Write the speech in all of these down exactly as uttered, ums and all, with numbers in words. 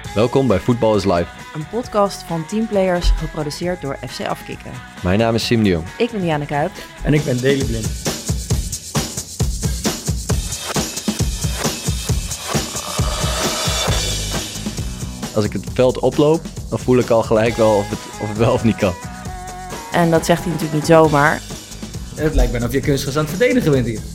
Welkom bij Voetbal is Live. Een podcast van teamplayers geproduceerd door F C Afkikken. Mijn naam is Sim de Jong. Ik ben Diana Kuip. En ik ben Daley Blind. Als ik het veld oploop, dan voel ik al gelijk wel of het, of het wel of niet kan. En dat zegt hij natuurlijk niet zomaar. Het lijkt bijna of je kunstgras aan het verdedigen bent hier.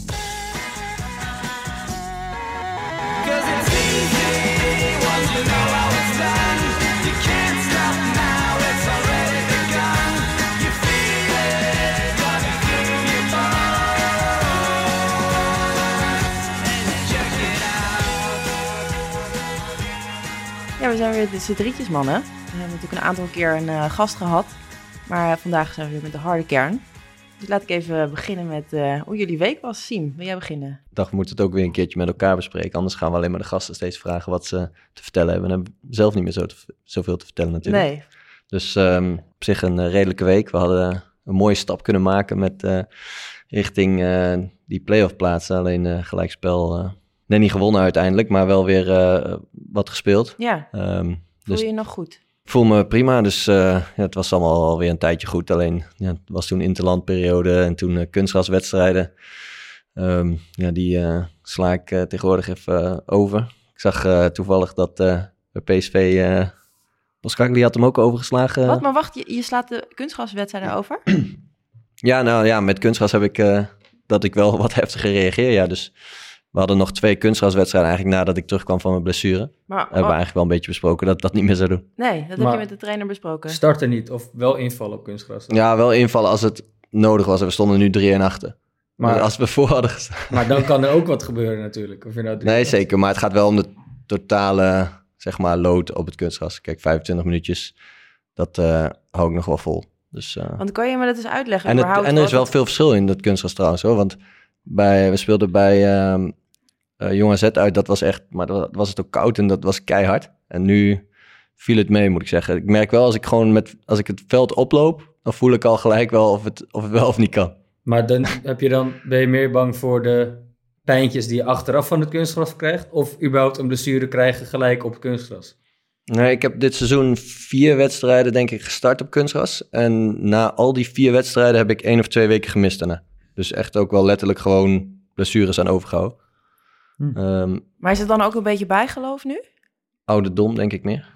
Ja, we zijn weer de z'n drietjes mannen. We hebben natuurlijk een aantal keer een uh, gast gehad. Maar uh, vandaag zijn we weer met de harde kern. Dus laat ik even beginnen met uh, hoe jullie week was. Siem, wil jij beginnen? Ik dacht, we moeten het ook weer een keertje met elkaar bespreken. Anders gaan we alleen maar de gasten steeds vragen wat ze te vertellen hebben. En hebben zelf niet meer zo te, zoveel te vertellen natuurlijk. Nee. Dus um, op zich een uh, redelijke week. We hadden een mooie stap kunnen maken met uh, richting uh, die play-off plaatsen. Alleen uh, gelijkspel... Uh, net niet gewonnen uiteindelijk, maar wel weer uh, wat gespeeld. Ja, um, voel dus je je nog goed? Ik voel me prima, dus uh, ja, het was allemaal alweer een tijdje goed. Alleen, ja, het was toen interlandperiode en toen uh, kunstgraswedstrijden. Um, ja, die uh, sla ik uh, tegenwoordig even uh, over. Ik zag uh, toevallig dat uh, bij P S V... Uh, Boskakli had hem ook overgeslagen. Wat, maar wacht, je, je slaat de kunstgraswedstrijden over? Ja, nou ja, met kunstgras heb ik uh, dat ik wel wat heftiger reageer. Ja, dus we hadden nog twee kunstgraswedstrijden eigenlijk nadat ik terugkwam van mijn blessure. Maar hebben we eigenlijk wel een beetje besproken dat ik dat niet meer zou doen. Nee, dat maar heb je met de trainer besproken. Starten niet of wel invallen op kunstgras? Dan? Ja, wel invallen als het nodig was. En we stonden nu drie en achter. Maar dus als we voor hadden gestaan. Maar dan kan er ook wat gebeuren natuurlijk. Of je nou nee, zeker. Maar het gaat wel om de totale, zeg maar, load op het kunstgras. Kijk, vijfentwintig minuutjes, dat uh, hou ik nog wel vol. Dus, uh... Want kan je me dat eens uitleggen? En, het, en er is wel het... veel verschil in dat kunstgras trouwens, hoor. Want bij, we speelden bij uh, uh, Jong A Z uit, dat was echt, maar dat was het ook koud en dat was keihard. En nu viel het mee, moet ik zeggen. Ik merk wel, als ik gewoon met, als ik het veld oploop, dan voel ik al gelijk wel of het, of het wel of niet kan. Maar dan heb je dan, ben je meer bang voor de pijntjes die je achteraf van het kunstgras krijgt, of überhaupt een blessure krijgen gelijk op het kunstgras? Nee, ik heb dit seizoen vier wedstrijden denk ik gestart op kunstgras. En na al die vier wedstrijden heb ik één of twee weken gemist daarna. Dus echt ook wel letterlijk gewoon blessures aan overgehouden. Hm. Um, maar is het dan ook een beetje bijgeloof nu? Ouderdom, denk ik meer.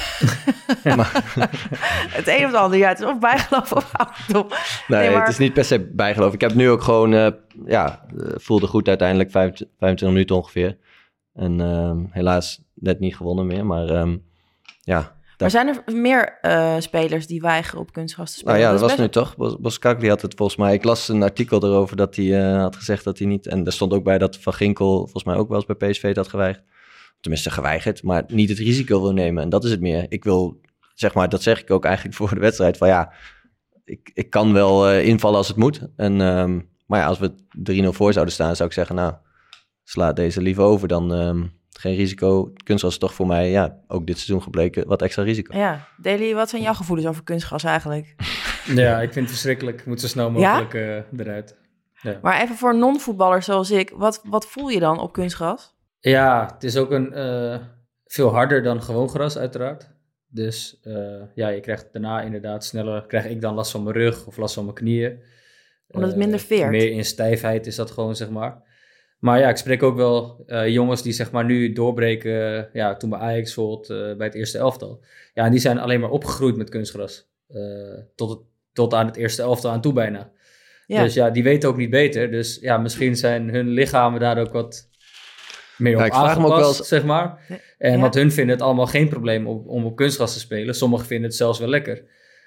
maar, het een of het ander, ja. Het is of bijgeloof of ouderdom. Nee, nee maar... het is niet per se bijgeloof. Ik heb nu ook gewoon, uh, ja, uh, voelde goed uiteindelijk, vijfentwintig minuten ongeveer. En um, helaas net niet gewonnen meer, maar um, ja... Maar zijn er meer uh, spelers die weigeren op kunstgras te spelen? Nou ja, dat, dat was nu toch. Bos, Boskakli had het volgens mij... Ik las een artikel erover dat hij uh, had gezegd dat hij niet... En er stond ook bij dat Van Ginkel volgens mij ook wel eens bij P S V het had geweigerd. Tenminste geweigerd, maar niet het risico wil nemen. En dat is het meer. Ik wil, zeg maar, dat zeg ik ook eigenlijk voor de wedstrijd. Van ja, ik, ik kan wel uh, invallen als het moet. En, um, maar ja, als we drie nul voor zouden staan, zou ik zeggen... Nou, sla deze liever over dan... Um, geen risico. Kunstgras is toch voor mij, ja, ook dit seizoen gebleken, wat extra risico. Ja, Daley, wat zijn jouw gevoelens over kunstgras eigenlijk? Ja, ik vind het verschrikkelijk. Moet zo snel mogelijk ja? uh, eruit. Ja. Maar even voor non-voetballers zoals ik, wat, wat voel je dan op kunstgras? Ja, het is ook een uh, veel harder dan gewoon gras uiteraard. Dus uh, ja, je krijgt daarna inderdaad sneller, krijg ik dan last van mijn rug of last van mijn knieën. Omdat het minder veert. Uh, meer in stijfheid is dat gewoon, zeg maar. Maar ja, ik spreek ook wel uh, jongens die zeg maar nu doorbreken, uh, ja, toen bij Ajax bijvoorbeeld, uh, bij het eerste elftal. Ja, en die zijn alleen maar opgegroeid met kunstgras. Uh, tot, het, tot aan het eerste elftal aan toe bijna. Ja. Dus ja, die weten ook niet beter. Dus ja, misschien zijn hun lichamen daar ook wat meer op ja, aangepast, wel eens... zeg maar. En ja. Want hun vinden het allemaal geen probleem om, om op kunstgras te spelen. Sommigen vinden het zelfs wel lekker.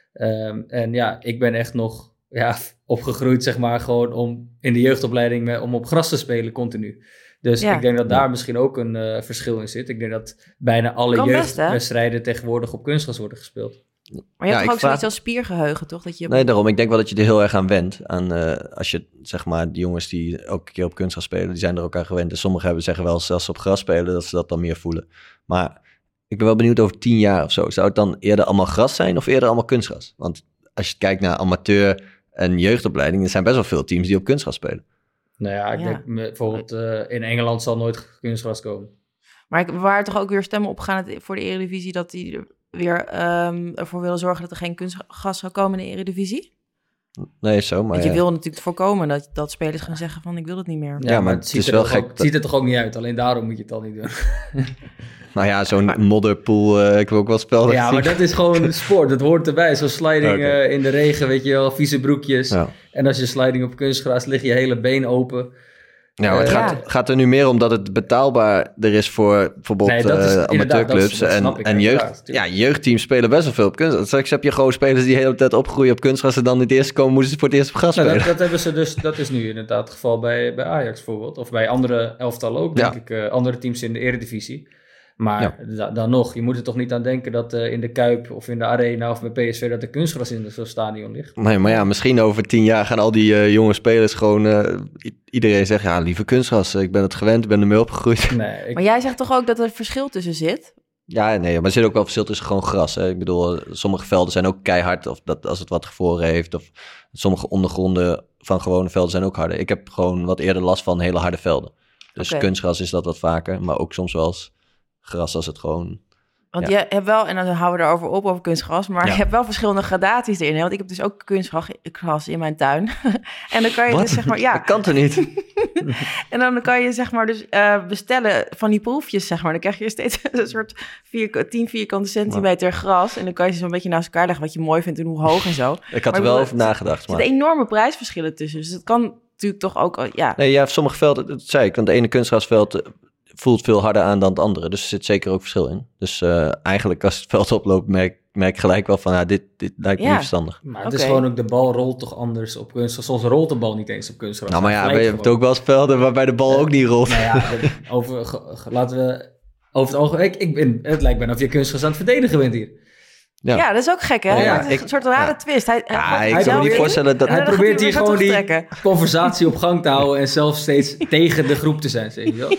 Um, en ja, ik ben echt nog... Ja, opgegroeid, zeg maar, gewoon om in de jeugdopleiding met, om op gras te spelen continu. Dus ja. ik denk dat daar ja. misschien ook een uh, verschil in zit. Ik denk dat bijna alle jeugdwedstrijden tegenwoordig op kunstgras worden gespeeld. Maar je ja, hebt toch ook vraag... zoiets als spiergeheugen, toch? Dat je... Nee, daarom. Ik denk wel dat je er heel erg aan went. Aan, uh, als je, zeg maar, die jongens die elke keer op kunstgras spelen, die zijn er ook aan gewend. En sommigen hebben, zeggen wel, zelfs op gras spelen, dat ze dat dan meer voelen. Maar ik ben wel benieuwd over tien jaar of zo. Zou het dan eerder allemaal gras zijn of eerder allemaal kunstgras? Want als je kijkt naar amateur en jeugdopleiding, er zijn best wel veel teams die op kunstgras spelen. Nou ja, ik ja. denk bijvoorbeeld uh, in Engeland zal nooit kunstgras komen. Maar ik, er waren toch ook weer stemmen opgegaan voor de Eredivisie... dat die er weer um, ervoor willen zorgen dat er geen kunstgas zou komen in de Eredivisie? Nee, zo, maar Want je ja. wil natuurlijk voorkomen dat, dat spelers gaan zeggen van... ik wil het niet meer. Ja, Ja, maar maar het het ziet, is er wel toch gek ook, dat- ziet er toch ook niet uit. Alleen daarom moet je het al niet doen. Nou ja, zo'n modderpoel, uh, ik wil ook wel spelden Ja, maar dat is gewoon sport. Dat hoort erbij. Zo'n sliding Okay. uh, in de regen, weet je wel, vieze broekjes. Ja. En als je sliding op kunstgras, lig je hele been open. Ja, maar het Uh, gaat, ja. gaat er nu meer om dat het betaalbaar er is voor bijvoorbeeld Nee, dat is uh, inderdaad, amateurclubs dat is- dat en, snap ik, en inderdaad, jeugd. Ja, tuurlijk. jeugdteams spelen best wel veel op kunstgras. Straks heb je gewoon spelers die de hele tijd opgroeien op kunstgras en dan in het eerste komen moeten ze voor het eerst op gras Nou, spelen. dat, dat, hebben ze dus, dat is nu inderdaad het geval bij, bij Ajax bijvoorbeeld. Of bij andere elftallen ook, denk Ja. ik. Uh, andere teams in de Eredivisie. Maar Ja. da- dan nog, je moet er toch niet aan denken dat uh, in de Kuip of in de Arena of bij P S V dat er kunstgras in zo'n stadion ligt. Nee, maar ja, misschien over tien jaar gaan al die uh, jonge spelers gewoon... Uh, i- iedereen zegt, ja, lieve kunstgras, ik ben het gewend, ik ben ermee opgegroeid. Nee, ik, Maar jij zegt toch ook dat er verschil tussen zit? Ja, nee, maar er zit ook wel verschil tussen gewoon gras. Hè. Ik bedoel, sommige velden zijn ook keihard of dat, als het wat gevroren heeft. Of sommige ondergronden van gewone velden zijn ook harder. Ik heb gewoon wat eerder last van hele harde velden. Dus Oké. kunstgras is dat wat vaker, maar ook soms wel eens gras als het gewoon... Want Ja. je hebt wel, en dan houden we erover op, over kunstgras... maar Ja. je hebt wel verschillende gradaties erin. Hè? Want ik heb dus ook kunstgras in mijn tuin. En dan kan je Wat? dus zeg maar... ja. Dat kan toch niet? En dan kan je zeg maar dus uh, bestellen van die proefjes, zeg maar. Dan krijg je steeds een soort vier, tien vierkante centimeter gras. En dan kan je ze zo'n beetje naast elkaar leggen wat je mooi vindt en hoe hoog en zo. Ik had Maar er wel er over nagedacht. Er Maar... zitten enorme prijsverschillen tussen. Dus het kan natuurlijk toch ook... Ja, Nee, ja, sommige velden, dat zei ik, want de ene kunstgrasveld eh, voelt veel harder aan dan het andere. Dus er zit zeker ook verschil in. Dus uh, eigenlijk als het veld oploopt, merk, merk ik gelijk wel van, ja, dit, dit lijkt me Ja. niet verstandig. maar het Oké. is gewoon ook, de bal rolt toch anders op kunstgras. Soms rolt de bal niet eens op kunstgras. Nou, maar ja, Hij je glijdt hebt ook wel eens velden waarbij de bal ook niet rolt. Nou ja, dat- over, ge- ge- laten we over het algemeen... Ik, ik ben, het lijkt bijna of je kunstgras aan het verdedigen bent hier. Ja. ja. dat is ook gek, hè? Ja, Het is ik- een soort rare ja. twist. Hij, Ja, hij ik gaat kan me zelf niet in, voorstellen dat... en dan Hij gaat probeert weer hier gewoon die terugtrekken. conversatie op gang te houden en zelf steeds tegen de groep te zijn, zeg je wel.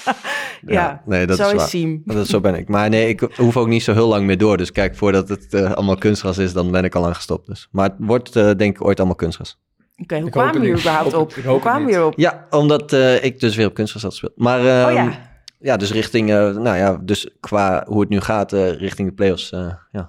Ja, nee, dat zo is is waar. Siem. Dat, zo ben ik. Maar nee, ik hoef ook niet zo heel lang meer door. Dus kijk, voordat het uh, allemaal kunstgras is, dan ben ik al lang gestopt. Dus. Maar het wordt uh, denk ik ooit allemaal kunstgras. Oké, okay, hoe Ik hoop kwamen we het hier niet. überhaupt Ik hoop op? het- ik Hoe hoop het kwamen we niet. hierop? Ja, omdat uh, ik dus weer op kunstgras had gespeeld. Maar uh, Oh ja. ja, dus richting, uh, nou ja, dus qua hoe het nu gaat, uh, richting de play-offs, uh, ja,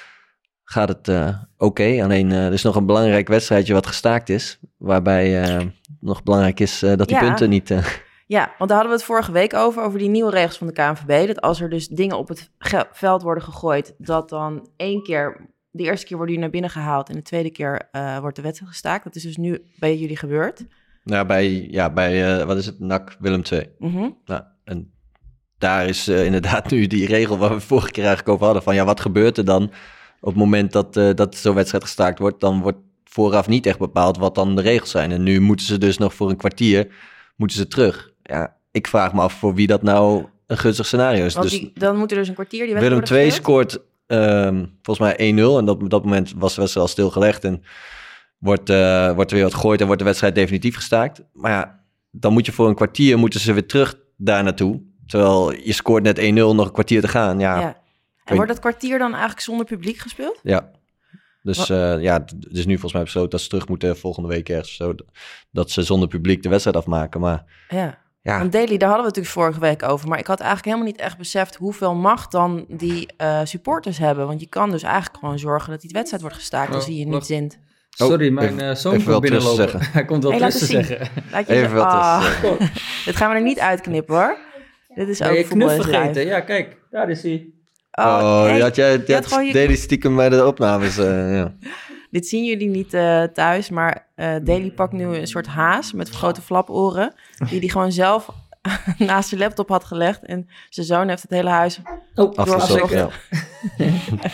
gaat het uh, oké. Okay. Alleen uh, er is nog een belangrijk wedstrijdje wat gestaakt is, waarbij uh, nog belangrijk is uh, dat die Ja. punten niet... Uh, Ja, want daar hadden we het vorige week over, over die nieuwe regels van de K N V B. Dat als er dus dingen op het ge- veld worden gegooid, dat dan één keer, de eerste keer worden die naar binnen gehaald en de tweede keer uh, wordt de wedstrijd gestaakt. Dat is dus nu bij jullie gebeurd. nou, bij, ja, bij uh, wat is het, N A C Willem twee. Mm-hmm. Nou, en daar is uh, inderdaad nu die regel waar we vorige keer eigenlijk over hadden, van ja, wat gebeurt er dan op het moment dat, uh, dat zo'n wedstrijd gestaakt wordt? Dan wordt vooraf niet echt bepaald wat dan de regels zijn. En nu moeten ze dus nog voor een kwartier, moeten ze terug. Ja, ik vraag me af voor wie dat nou een gunstig scenario is. Want Dus die, dan moet er dus een kwartier die wedstrijd Willem worden twee gespeeld. scoort um, volgens mij één nul. En dat, op dat moment was de wedstrijd al stilgelegd. En wordt, uh, wordt er weer wat gegooid en wordt de wedstrijd definitief gestaakt. Maar ja, dan moet je voor een kwartier moeten ze weer terug daar naartoe. Terwijl je scoort net één nul, nog een kwartier te gaan. Ja, Ja. En wordt dat kwartier dan eigenlijk zonder publiek gespeeld? ja. Dus uh, ja, het is nu volgens mij besloten dat ze terug moeten volgende week ergens. Zo, dat ze zonder publiek de wedstrijd afmaken. Maar Ja. ja, Want Daily, daar hadden we het natuurlijk vorige week over. Maar ik had eigenlijk helemaal niet echt beseft hoeveel macht dan die uh, supporters hebben. Want je kan dus eigenlijk gewoon zorgen dat die wedstrijd wordt gestaakt als Oh, die je niet wacht. zint. Sorry, Oh, mijn even- uh, zoon even wel komt tussen binnenlopen. zeggen. Hij komt wel Hey, laat tussen eens zien. zeggen. Laat je Even zeggen, wel ah, tussen dit gaan we er niet uitknippen hoor. Dit is Ben ook je knuff voetbal is vergeten? live. Ja, kijk, daar is hij. oh, hey, die had jij je had die had gewoon je- Daily stiekem bij de opnames. Uh, ja. Dit zien jullie niet uh, thuis, maar uh, Daily pakt nu een soort haas met grote flaporen. Die hij gewoon zelf naast zijn laptop had gelegd. En zijn zoon heeft het hele huis... Oh, Afgezocht, doorgezocht. ja.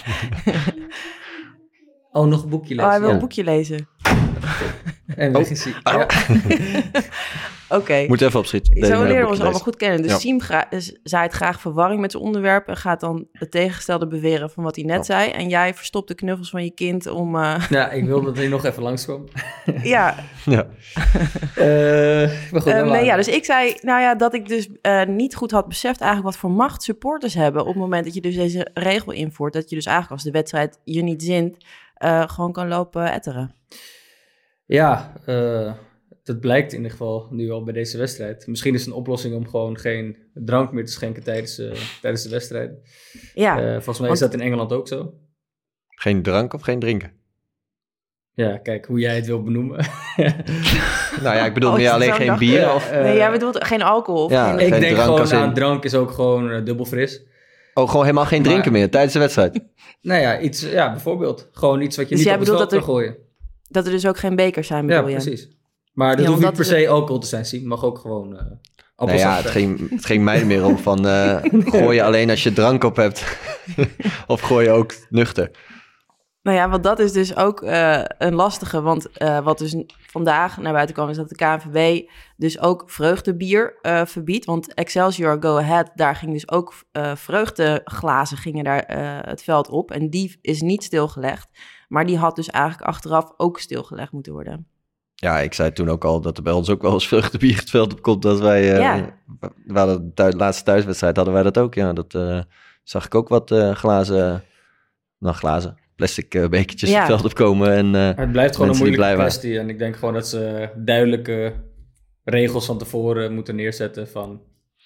Oh, nog een boekje Oh, lezen. hij wil Ja. een boekje lezen. En weg is hij. Ah, Ja. Oké. Oh, Moet even opschieten. Zo Deze leren we boekje ons allemaal lezen. goed kennen. Dus Ja. Siem gra- dus zaait graag verwarring met zijn onderwerp... en gaat dan het tegengestelde beweren van wat hij net Ja. zei. En jij verstopt de knuffels van je kind om... Uh, Ja, ik wilde dat hij nog even langskwam. ja, Ja. Uh, maar goed, Um, dan nee, ja, waren dus ik zei nou ja, dat ik dus uh, niet goed had beseft eigenlijk wat voor macht supporters hebben op het moment dat je dus deze regel invoert. Dat je dus eigenlijk als de wedstrijd je niet zint, uh, gewoon kan lopen etteren. Ja, uh, dat blijkt in ieder geval nu al bij deze wedstrijd. Misschien is het een oplossing om gewoon geen drank meer te schenken tijdens, uh, tijdens de wedstrijd. Ja. Uh, volgens mij want... is dat in Engeland ook zo. Geen drank of geen drinken? Ja, kijk, hoe jij het wil benoemen. Nou ja, ik bedoel Oh, meer alleen geen bier. Ja, Of... uh, nee, jij bedoelt geen alcohol? Of Ja, geen... Ik geen denk drank gewoon, als in- nou, drank is ook gewoon uh, dubbel fris. Oh, gewoon helemaal geen Maar- drinken meer tijdens de wedstrijd? Nou ja, iets, ja, bijvoorbeeld. Gewoon iets wat je Dus niet jij op het bedoelt veld dat kan er- gooien. Dat er dus ook geen bekers zijn, Ja, bedoel je? precies. Maar dat Ja, hoeft want niet per dat is- se alcohol te zijn, Siem. Het mag ook gewoon uh, Nou appelsap ja, het zijn. ging, het ging mij er meer om van... eh, gooi je alleen als je drank op hebt? Of gooi je ook nuchter? Nou ja, want dat is dus ook uh, een lastige. Want uh, wat dus vandaag naar buiten kwam, is dat de K N V B dus ook vreugdebier uh, verbiedt. Want Excelsior Go Ahead, daar ging dus ook uh, vreugdeglazen gingen daar uh, het veld op. En die is niet stilgelegd. Maar die had dus eigenlijk achteraf ook stilgelegd moeten worden. Ja, ik zei toen ook al dat er bij ons ook wel eens vreugdebier het veld op komt. Dat wij, uh, Ja. we hadden de thu- laatste thuiswedstrijd hadden wij dat ook. Ja, dat uh, zag ik ook wat uh, glazen, nou glazen, plastic uh, bekertjes Ja. het veld opkomen. En, uh, Maar het blijft gewoon een mensen die moeilijke blij waren. kwestie. En ik denk gewoon dat ze duidelijke regels van tevoren moeten neerzetten van...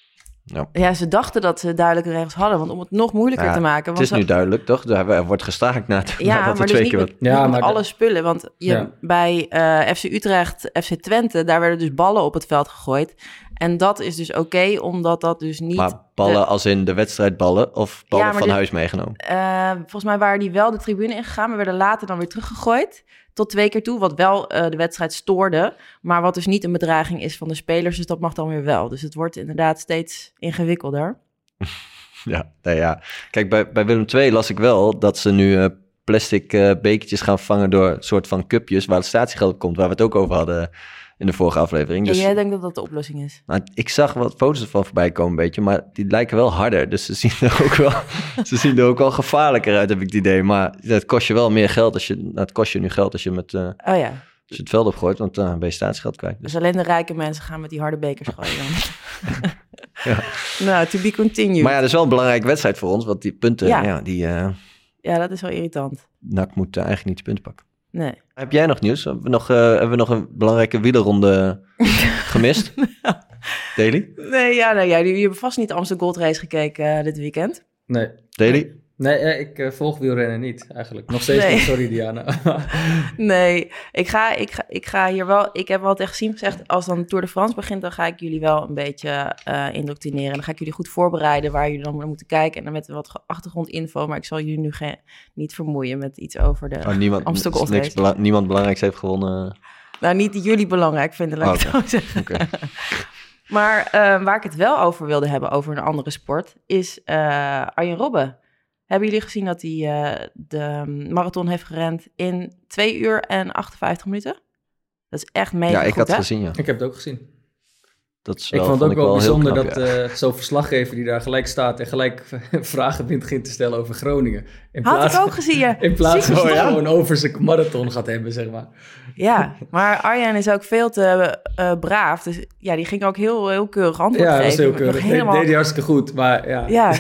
Ja, ze dachten dat ze duidelijke regels hadden. Want om het nog moeilijker Ja, te maken... het Want is nu ze- duidelijk, toch? Er, er wordt gestaakt na, Ja, nadat maar er dus twee niet keer met, wat... Ja, niet met maar alle dat- spullen. Want je, Ja. bij eh, F C Utrecht, F C Twente, daar werden dus ballen op het veld gegooid. En dat is dus oké, omdat dat dus niet... Maar ballen als in de wedstrijdballen of ballen Ja, maar van de- huis meegenomen? Eh, volgens mij waren die wel de tribune ingegaan, maar werden later dan weer teruggegooid. Tot twee keer toe, wat wel eh, de wedstrijd stoorde. Maar wat dus niet een bedreiging is van de spelers, dus dat mag dan weer wel. Dus het wordt inderdaad steeds ingewikkelder. Ja, nou ja. Kijk, bij, bij Willem twee las ik wel dat ze nu uh, plastic uh, bekertjes gaan vangen door een soort van cupjes waar het statiegeld op komt, waar we het ook over hadden in de vorige aflevering. Dus En jij denkt dat dat de oplossing is? nou, ik zag wat foto's ervan voorbij komen een beetje, maar die lijken wel harder. Dus ze zien er ook wel, ze zien er ook wel gevaarlijker uit, heb ik het idee. Maar het kost je wel meer geld als je, nou, het kost je nu geld als je, met, uh, Oh ja, als je het veld opgooit, want dan uh, ben je statiegeld kwijt. Dus. dus alleen de rijke mensen gaan met die harde bekers gooien dan. Ja. Nou, to be continued. Maar ja, dat is wel een belangrijke wedstrijd voor ons, want die punten, Ja. ja. die uh, Ja, dat is wel irritant. N A C moet uh, eigenlijk niet de punten pakken. Nee. Heb jij nog nieuws? Hebben we nog, uh, hebben we nog een belangrijke wielerronde gemist? Daily? Nee, ja, nou, ja, jullie hebben vast niet de Amsterdam Gold Race gekeken uh, dit weekend. Nee, Daily? nee eh, ik uh, volg wielrennen niet eigenlijk. Nog steeds Nee. niet, sorry Diana. Nee, ik ga, ik, ga, ik ga hier wel... Ik heb wel tegen Siem gezegd, als dan de Tour de France begint, dan ga ik jullie wel een beetje uh, indoctrineren. Dan ga ik jullie goed voorbereiden waar jullie dan naar moeten kijken. En dan met wat achtergrondinfo, maar ik zal jullie nu geen, niet vermoeien met iets over de Oh, niemand, Amsterdam Gold niks Race. bela- niemand belangrijks heeft gewonnen. Nou, niet die jullie belangrijk vinden, laat ik Oh, het zo zeggen. Oké. Maar uh, waar ik het wel over wilde hebben, over een andere sport, is uh, Arjen Robben. Hebben jullie gezien dat hij uh, de marathon heeft gerend in twee uur en achtenvijftig minuten? Dat is echt mega Ja, ik goed, had hè? het gezien, ja. Ik heb het ook gezien. Dat is Ik wel, vond het ook ik wel heel bijzonder knap, dat ja. uh, zo'n verslaggever die daar gelijk staat en gelijk vragen begint te stellen over Groningen. In Had plaats, ik ook gezien, ja. In plaats Ziek van stom. het gewoon over zijn marathon gaat hebben, zeg maar. Ja, maar Arjen is ook veel te uh, braaf. Dus ja, die ging ook heel, heel keurig antwoord Ja, dat geven. was heel Nog keurig. Deed, helemaal- deed hij hartstikke goed, maar ja. Ja,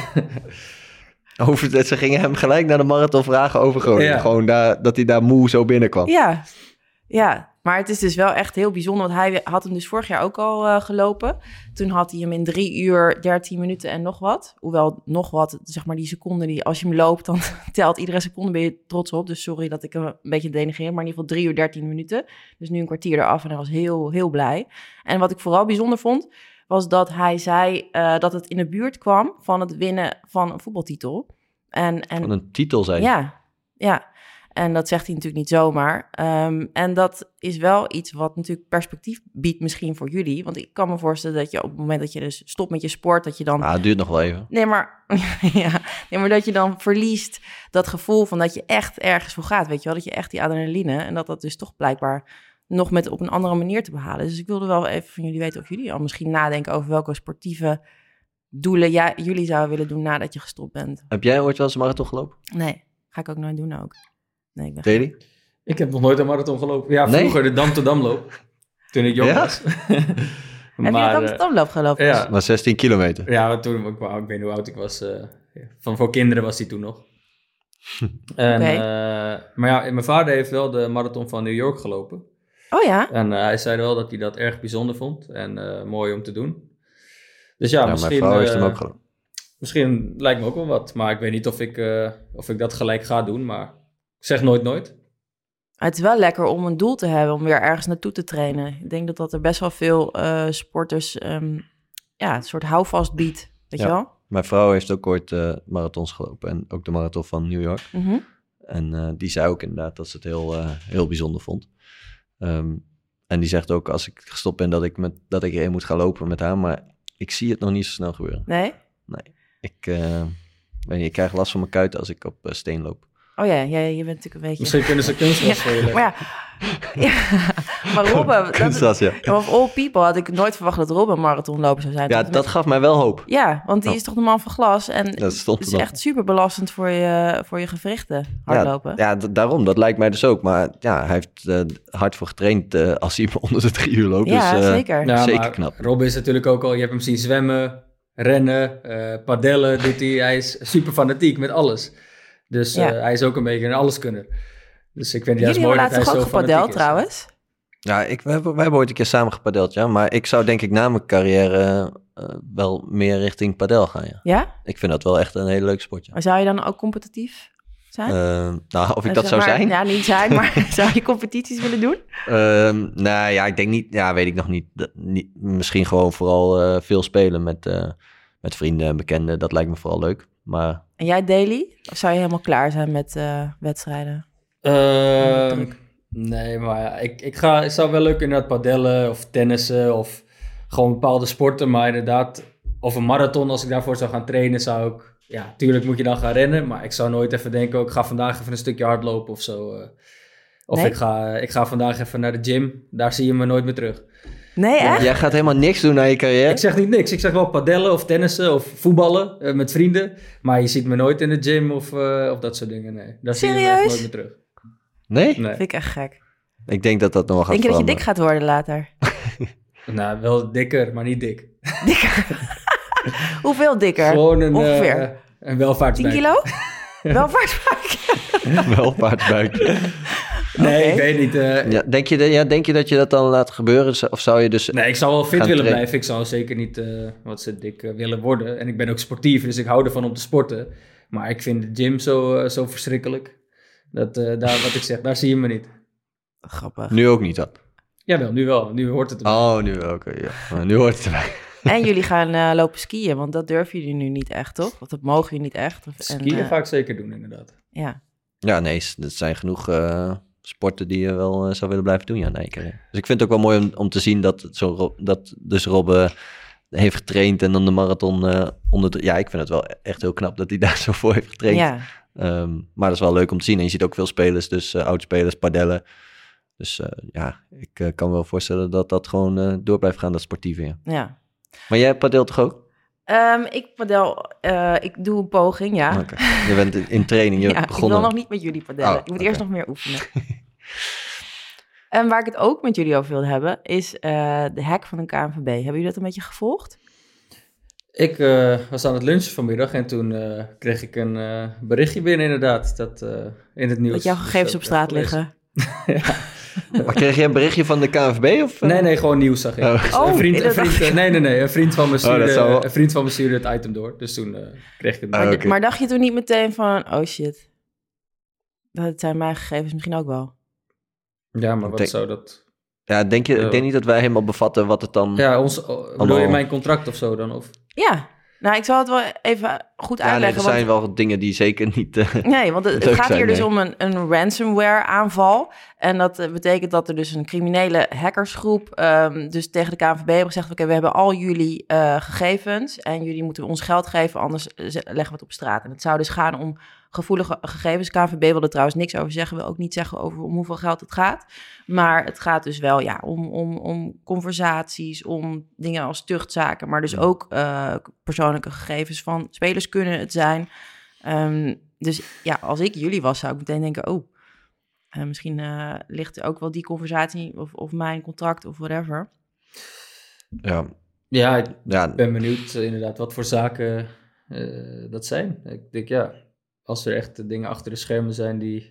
Over het, ze gingen hem gelijk naar de marathon vragen over Groningen. Ja. Gewoon daar, dat hij daar moe zo binnenkwam. ja, ja. Maar het is dus wel echt heel bijzonder, want hij had hem dus vorig jaar ook al uh, gelopen. Toen had hij hem in drie uur, dertien minuten en nog wat. Hoewel nog wat, zeg maar die seconde, die, als je hem loopt, dan telt iedere seconde, ben je trots op. Dus sorry dat ik hem een beetje denigreer, maar in ieder geval drie uur, dertien minuten. Dus nu een kwartier eraf en hij was heel, heel blij. En wat ik vooral bijzonder vond, was dat hij zei uh, dat het in de buurt kwam van het winnen van een voetbaltitel. En, en Van een titel zijn. ja, ja. En dat zegt hij natuurlijk niet zomaar. Um, en dat is wel iets wat natuurlijk perspectief biedt misschien voor jullie. Want ik kan me voorstellen dat je op het moment dat je dus stopt met je sport, dat je dan... Ah, het duurt nog wel even. Nee, maar, ja, nee, maar dat je dan verliest dat gevoel van dat je echt ergens voor gaat. Weet je wel, dat je echt die adrenaline... en dat dat dus toch blijkbaar nog met op een andere manier te behalen. Dus ik wilde wel even van jullie weten of jullie al misschien nadenken over welke sportieve doelen ja, jullie zouden willen doen nadat je gestopt bent. Heb jij ooit wel eens een marathon gelopen? Nee, ga ik ook nooit doen ook. Nee, ik ben Daily? Ik heb nog nooit een marathon gelopen. Ja, Nee? vroeger de Dam-to-Damloop. Toen ik jong Ja? was. Heb je Maar, dat eh, op de damloop gelopen? ja. Maar zestien kilometer. Ja, toen, ik, wou- ik weet niet hoe oud ik was. eh, van voor kinderen was die toen nog. en, Oké. eh, maar ja, mijn vader heeft wel de marathon van New York gelopen. Oh ja? En uh, hij zei wel dat hij dat erg bijzonder vond en uh, mooi om te doen. Dus ja, Ja, misschien... mijn vrouw heeft uh, hem ook gedaan. Misschien lijkt me ook wel wat, maar ik weet niet of ik, uh, of ik dat gelijk ga doen, maar ik zeg nooit nooit. Het is wel lekker om een doel te hebben, om weer ergens naartoe te trainen. Ik denk dat dat er best wel veel uh, sporters um, ja, een soort houvast biedt, weet Ja. je wel? Mijn vrouw heeft ook ooit uh, marathons gelopen en ook de marathon van New York. Mm-hmm. En uh, die zei ook inderdaad dat ze het heel, uh, heel bijzonder vond. Um, en die zegt ook als ik gestopt ben dat ik, met, dat ik erin moet gaan lopen met haar, maar ik zie het nog niet zo snel gebeuren. Nee? Nee. Ik, uh, weet niet, ik krijg last van mijn kuiten als ik op uh, steen loop. Oh ja, ja, je bent natuurlijk een beetje... Misschien kunnen ze kunstgras ja, voor je leggen. Maar ja, ja, maar Robben... Kunstgras, ja. Of all people had ik nooit verwacht dat Robben een marathonloper zou zijn. Ja, dat dat met... gaf mij wel hoop. Ja, want die oh. is toch de man van glas. En dat stond het is nog. echt super belastend voor je, voor je gewrichten, hardlopen. Ja, ja d- daarom. Dat lijkt mij dus ook. Maar ja, hij heeft uh, hard voor getraind uh, als hij onder de drie uur loopt. Ja, dus, uh, zeker. Ja, zeker maar knap. Rob is natuurlijk ook al... Je hebt hem zien zwemmen, rennen, uh, padellen doet hij. Hij is super fanatiek met alles. Dus uh, ja. hij is ook een beetje een alleskunner. Dus ik vind het juist mooi dat hij zo fanatiek is. Jullie hebben laatst ook gepadeld trouwens? Ja, ik, we, hebben, we hebben ooit een keer samen gepadeld, ja. Maar ik zou denk ik na mijn carrière uh, wel meer richting padel gaan, ja. Ja? Ik vind dat wel echt een hele leuk sport, ja. Maar zou je dan ook competitief zijn? Uh, nou, of ik uh, dat zou maar, zijn? Ja, niet zijn, maar zou je competities willen doen? Uh, nou ja, ik denk niet... Ja, weet ik nog niet. Dat, niet misschien gewoon vooral uh, veel spelen met, uh, met vrienden en bekenden. Dat lijkt me vooral leuk, maar... En jij daily? Of zou je helemaal klaar zijn met uh, wedstrijden? Uh, nee, maar ja, ik, ik, ga, ik zou wel leuk inderdaad padellen of tennissen of gewoon bepaalde sporten. Maar inderdaad, of een marathon als ik daarvoor zou gaan trainen, zou ik... Ja, tuurlijk moet je dan gaan rennen, maar ik zou nooit even denken... Oh, ik ga vandaag even een stukje hardlopen of zo. Uh, of nee? ik, ga, ik ga vandaag even naar de gym. Daar zie je me nooit meer terug. Nee, echt? Jij gaat helemaal niks doen aan je carrière? Ik zeg niet niks. Ik zeg wel padellen of tennissen of voetballen uh, met vrienden. Maar je ziet me nooit in de gym of, uh, of dat soort dingen. Nee, daar Serieus? zie je me echt nooit meer terug. Nee? nee? Vind ik echt gek. Ik denk dat dat nog wel gaat Denk je veranderen. dat je dik gaat worden later? Nou, wel dikker, maar niet dik. Dikker? Hoeveel dikker? Gewoon een, ongeveer? Uh, een welvaartsbuik. tien kilo? Welvaartsbuik? Welvaartsbuik. Nee, okay. ik weet niet. Uh, ja, denk, je de, ja, denk je dat je dat dan laat gebeuren? Of zou je dus... Nee, ik zou wel fit willen trainen? blijven. Ik zou zeker niet uh, wat ze dik uh, willen worden. En ik ben ook sportief, dus ik hou ervan om te sporten. Maar ik vind de gym zo, uh, zo verschrikkelijk. Dat, uh, daar, wat ik zeg, daar zie je me niet. Grappig. Nu ook niet dan? Jawel, nu wel. Nu hoort het erbij. Oh, nu wel. Oké, okay, ja. Maar nu hoort het erbij. En jullie gaan uh, lopen skiën, want dat durven jullie nu niet echt, toch? Of dat mogen jullie niet echt. Of, skiën en, uh, ga ik zeker doen, inderdaad. Ja. Ja, nee, er zijn genoeg uh, sporten die je wel uh, zou willen blijven doen, ja, nee, keer. Dus ik vind het ook wel mooi om, om te zien dat, zo Rob, dat dus Rob uh, heeft getraind en dan de marathon uh, onder de... Ja, ik vind het wel echt heel knap dat hij daar zo voor heeft getraind. Ja. Um, maar dat is wel leuk om te zien. En je ziet ook veel spelers, dus uh, oudspelers, padellen. Dus uh, ja, ik uh, kan me wel voorstellen dat dat gewoon uh, door blijft gaan, dat sportieve. Ja. Ja. Maar jij padelt toch ook? Um, ik padel, uh, ik doe een poging, ja. Okay. Je bent in, in training, je ja, hebt begonnen. Ik wil nog niet met jullie padellen. Oh, ik moet okay. eerst nog meer oefenen. En waar ik het ook met jullie over wilde hebben, is uh, de hack van de K N V B. Hebben jullie dat een beetje gevolgd? Ik uh, was aan het lunchen vanmiddag en toen uh, kreeg ik een uh, berichtje binnen inderdaad, dat uh, in het nieuws. Dat jouw gegevens op straat liggen. Ja. Maar kreeg je een berichtje van de K N V B? Of, uh? Nee, nee, gewoon nieuws zag ik. Oh. Dus oh, een vriend, een vriend, uh, nee, nee, nee, een vriend van me stuurde, oh, wel... een vriend van me stuurde het item door. Dus toen uh, kreeg ik het. Maar, oh, okay. maar dacht je toen niet meteen van, oh shit, dat zijn mijn gegevens misschien ook wel? Ja, maar wat denk... zou dat... Ja, denk je, uh, ik denk niet dat wij helemaal bevatten wat het dan... Ja, ons, bedoel allemaal... je mijn contract of zo dan? Of? Ja, nou, ik zal het wel even goed ja, uitleggen. Nee, er zijn want... wel dingen die zeker niet... Uh, nee, want het, het gaat zijn, hier nee. dus om een, een ransomware aanval. En dat uh, betekent dat er dus een criminele hackersgroep... Um, dus tegen de K N V B hebben gezegd... oké, okay, we hebben al jullie uh, gegevens... en jullie moeten ons geld geven... anders leggen we het op straat. En het zou dus gaan om gevoelige gegevens. K N V B wil er trouwens niks over zeggen... wil ook niet zeggen over om hoeveel geld het gaat. Maar het gaat dus wel ja, om, om, om conversaties... om dingen als tuchtzaken... maar dus ook uh, persoonlijke gegevens van spelers kunnen het zijn... Um, dus ja, als ik jullie was, zou ik meteen denken... oh, uh, misschien uh, ligt er ook wel die conversatie... Of, of mijn contract of whatever. Ja, ja ik ja. ben benieuwd uh, inderdaad wat voor zaken uh, dat zijn. Ik denk ja, als er echt dingen achter de schermen zijn... die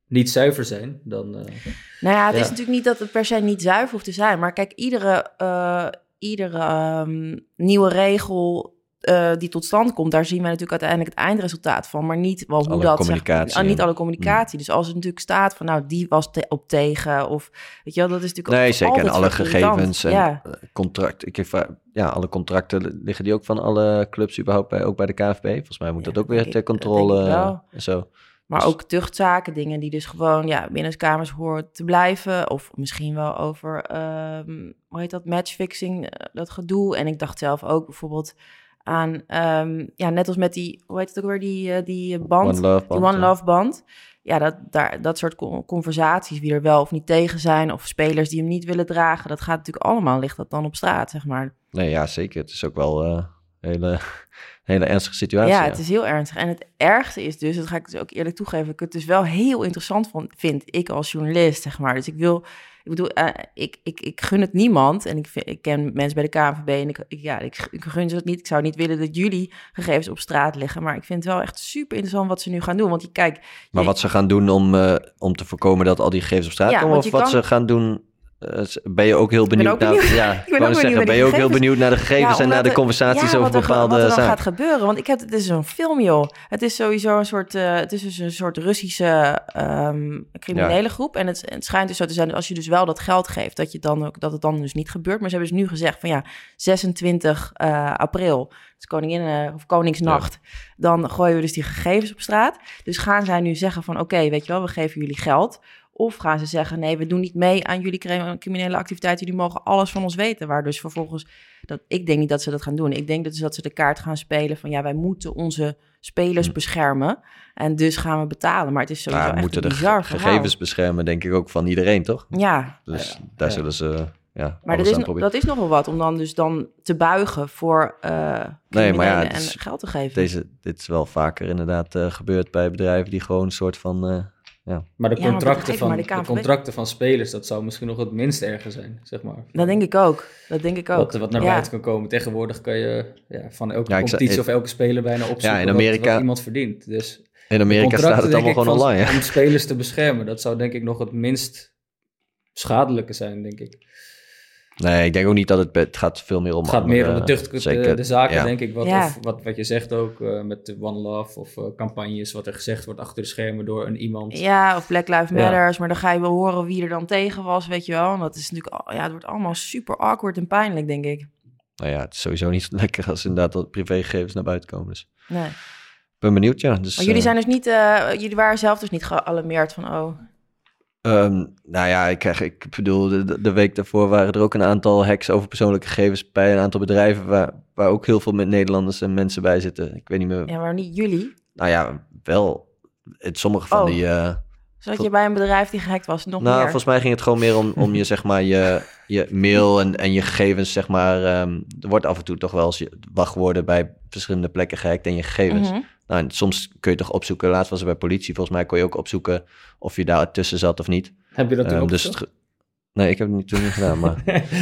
niet zuiver zijn, dan... Uh, nou ja, het ja. is natuurlijk niet dat het per se niet zuiver hoeft te zijn. Maar kijk, iedere, uh, iedere um, nieuwe regel uh, die tot stand komt... daar zien wij natuurlijk uiteindelijk het eindresultaat van. Maar niet wel hoe alle dat... communicatie. Zeg, uh, niet alle communicatie. Mm. Dus als het natuurlijk staat van... nou, die was te, op tegen of... weet je wel, dat is natuurlijk nee, zeker. En alle gegevens en ja. contract. Ik heb, ja, alle contracten liggen die ook van alle clubs überhaupt bij, ook bij de K N V B. Volgens mij moet ja, dat ook weer ter ik, controle en zo. Maar dus. ook tuchtzaken, dingen die dus gewoon ja, binnen de kamers horen te blijven. Of misschien wel over, um, hoe heet dat, matchfixing, uh, dat gedoe. En ik dacht zelf ook bijvoorbeeld aan, um, ja, net als met die, hoe heet het ook weer, die, uh, die band. One Love band. Die One ja. Love band. Ja, dat, daar, dat soort conversaties, wie er wel of niet tegen zijn. Of spelers die hem niet willen dragen. Dat gaat natuurlijk allemaal, ligt dat dan op straat, zeg maar. Nee, ja, zeker. Het is ook wel een uh, hele... hele ernstige situatie. Ja, ja, het is heel ernstig. En het ergste is dus, dat ga ik dus ook eerlijk toegeven, dat ik het dus wel heel interessant vond, vind ik als journalist, zeg maar. Dus ik wil, ik bedoel, uh, ik, ik, ik gun het niemand. En ik, vind, ik ken mensen bij de K N V B en ik, ik, ja, ik, ik gun ze dat niet. Ik zou niet willen dat jullie gegevens op straat liggen. Maar ik vind het wel echt super interessant wat ze nu gaan doen. Want je kijkt... Maar je, wat ze gaan doen om, uh, om te voorkomen dat al die gegevens op straat ja, komen? Of wat kan... ze gaan doen... Uh, ben je ook heel benieuwd, ook benieuwd. naar... Ja, ik ben ook zeggen, ben je gegevens. ook heel benieuwd naar de gegevens ja, en naar de conversaties ja, over er, bepaalde zaken? Wat er dan zaken. gaat gebeuren. Want ik heb, het is zo'n film, joh. Het is sowieso een soort, uh, het is dus een soort Russische um, criminele ja. groep. En het, het schijnt dus zo te zijn, als je dus wel dat geld geeft, dat, je dan ook, dat het dan dus niet gebeurt. Maar ze hebben dus nu gezegd van ja, zesentwintig april, dus koningin, of Koningsnacht, ja. dan gooien we dus die gegevens op straat. Dus gaan zij nu zeggen van oké, okay, weet je wel, we geven jullie geld. Of gaan ze zeggen, nee, we doen niet mee aan jullie criminele activiteiten. Jullie mogen alles van ons weten. Waar dus vervolgens, dat, ik denk niet dat ze dat gaan doen. Ik denk dat, dus dat ze de kaart gaan spelen van, ja, wij moeten onze spelers hm. beschermen. En dus gaan we betalen. Maar het is sowieso nou, echt moeten een bizar de ge- gegevens beschermen, denk ik ook van iedereen, toch? Ja. Dus ja. daar ja. zullen ze... Ja, maar dat is, no- dat is nogal wat om dan dus dan te buigen voor uh, nee, maar ja, en is, geld te geven. Deze, dit is wel vaker inderdaad uh, gebeurd bij bedrijven die gewoon een soort van... Uh, Ja. Maar de contracten, ja, van, maar de, de contracten van spelers, dat zou misschien nog het minst erger zijn, zeg maar. Dat denk ik ook. Dat denk ik ook. Wat, wat naar ja. buiten kan komen. Tegenwoordig kan je ja, van elke ja, competitie zei, of elke speler bijna opzoeken ja, in Amerika, wat, wat iemand verdient. Dus in Amerika staat het allemaal gewoon online. Ja. Om spelers te beschermen, dat zou denk ik nog het minst schadelijke zijn, denk ik. Nee, ik denk ook niet dat het, het gaat veel meer om... Het gaat andere, meer om de tucht, de, de zaken, ja. denk ik. Wat, ja. of, wat, wat je zegt ook uh, met de One Love of uh, campagnes, wat er gezegd wordt achter de schermen door een iemand. Ja, of Black Lives Matters, ja. maar dan ga je wel horen wie er dan tegen was, weet je wel. En dat is natuurlijk, ja, het wordt allemaal super awkward en pijnlijk, denk ik. Nou ja, het is sowieso niet lekker als inderdaad dat privégegevens naar buiten komen. Dus. Nee. Ik ben benieuwd, ja. Dus, maar jullie zijn dus niet, uh, jullie waren zelf dus niet gealarmeerd van, oh... Um, nou ja, ik, krijg, ik bedoel, de, de week daarvoor waren er ook een aantal hacks over persoonlijke gegevens bij een aantal bedrijven waar, waar ook heel veel met Nederlanders en mensen bij zitten. Ik weet niet meer. Ja, maar niet jullie? Nou ja, wel. Het, sommige van oh. die... Uh, Zodat vol- je bij een bedrijf die gehackt was, nog nou, meer? volgens mij ging het gewoon meer om, om je, zeg maar, je, je mail en, en je gegevens, zeg maar. Um, er wordt af en toe toch wel eens je wachtwoorden bij verschillende plekken gehackt en je gegevens. Mm-hmm. Nou, en soms kun je toch opzoeken. Laatst was er bij politie. Volgens mij kon je ook opzoeken of je daar tussen zat of niet. Heb je dat toen um, dus het, Nee, ik heb het niet toen niet gedaan. Maar...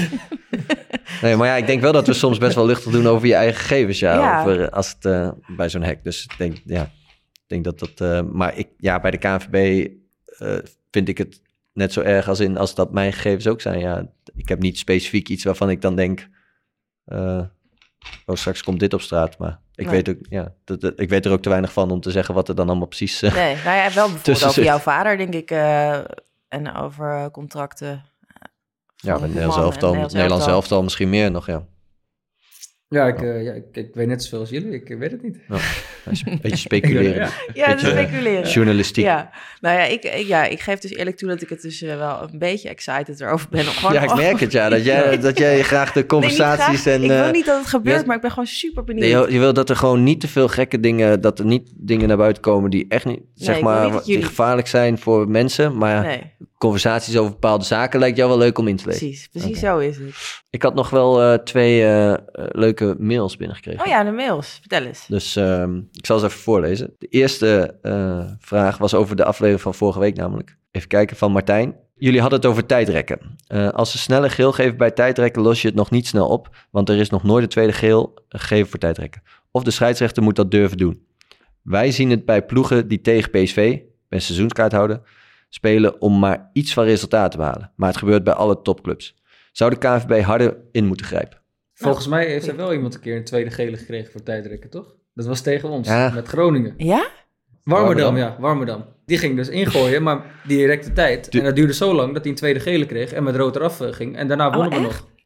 nee, maar ja, ik denk wel dat we soms best wel luchtig doen over je eigen gegevens. Ja, ja. Over, als het uh, bij zo'n hack. Dus ik denk, ja, ik denk dat dat... Uh, maar ik, ja, bij de K N V B uh, vind ik het net zo erg als in als dat mijn gegevens ook zijn. Ja, ik heb niet specifiek iets waarvan ik dan denk... Uh, oh, straks komt dit op straat, maar ik, nee. weet ook, ja, dat, dat, ik weet er ook te weinig van om te zeggen wat er dan allemaal precies... Uh, nee, nou ja, wel bijvoorbeeld over jouw vader, denk ik, uh, en over contracten. Uh, ja, met Nederlands elftal, Nederlands elftal misschien meer nog, ja. Ja, ik, uh, ja ik, ik weet net zoveel als jullie, ik weet het niet. Ja, een beetje speculeren. ja, ja beetje, speculeren. Journalistiek. Ja, nou ja ik, ik, ja, ik geef dus eerlijk toe dat ik het dus uh, wel een beetje excited erover ben. Gewoon ja, ik merk het, ja, dat jij, dat jij graag de conversaties... Nee, en. Ik uh, wil niet dat het gebeurt, ja, maar ik ben gewoon super benieuwd. Nee, je, je wil dat er gewoon niet te veel gekke dingen, dat er niet dingen naar buiten komen die echt niet, zeg nee, maar, niet die gevaarlijk zijn voor mensen, maar nee. conversaties over bepaalde zaken lijkt jou wel leuk om in te lezen. Precies, precies okay. Zo is het. Ik had nog wel uh, twee uh, leuke mails binnengekregen. Oh ja, de mails. Vertel eens. Dus um, ik zal ze even voorlezen. De eerste uh, vraag was over de aflevering van vorige week namelijk. Even kijken, van Martijn. Jullie hadden het over tijdrekken. Uh, als ze sneller geel geven bij tijdrekken, los je het nog niet snel op, want er is nog nooit een tweede geel gegeven voor tijdrekken. Of de scheidsrechter moet dat durven doen. Wij zien het bij ploegen die tegen P S V, bij een seizoenskaart houden, spelen om maar iets van resultaat te behalen. Maar het gebeurt bij alle topclubs. Zou de K N V B harder in moeten grijpen? Volgens mij heeft er wel iemand een keer een tweede gele gekregen voor tijdrekken, toch? Dat was tegen ons, Ja. met Groningen. Ja? Warmerdam, ja, Warmerdam. Die ging dus ingooien, maar directe tijd. Du- En dat duurde zo lang dat hij een tweede gele kreeg en met rood eraf eh, ging. En daarna wonnen Oh, we echt? nog.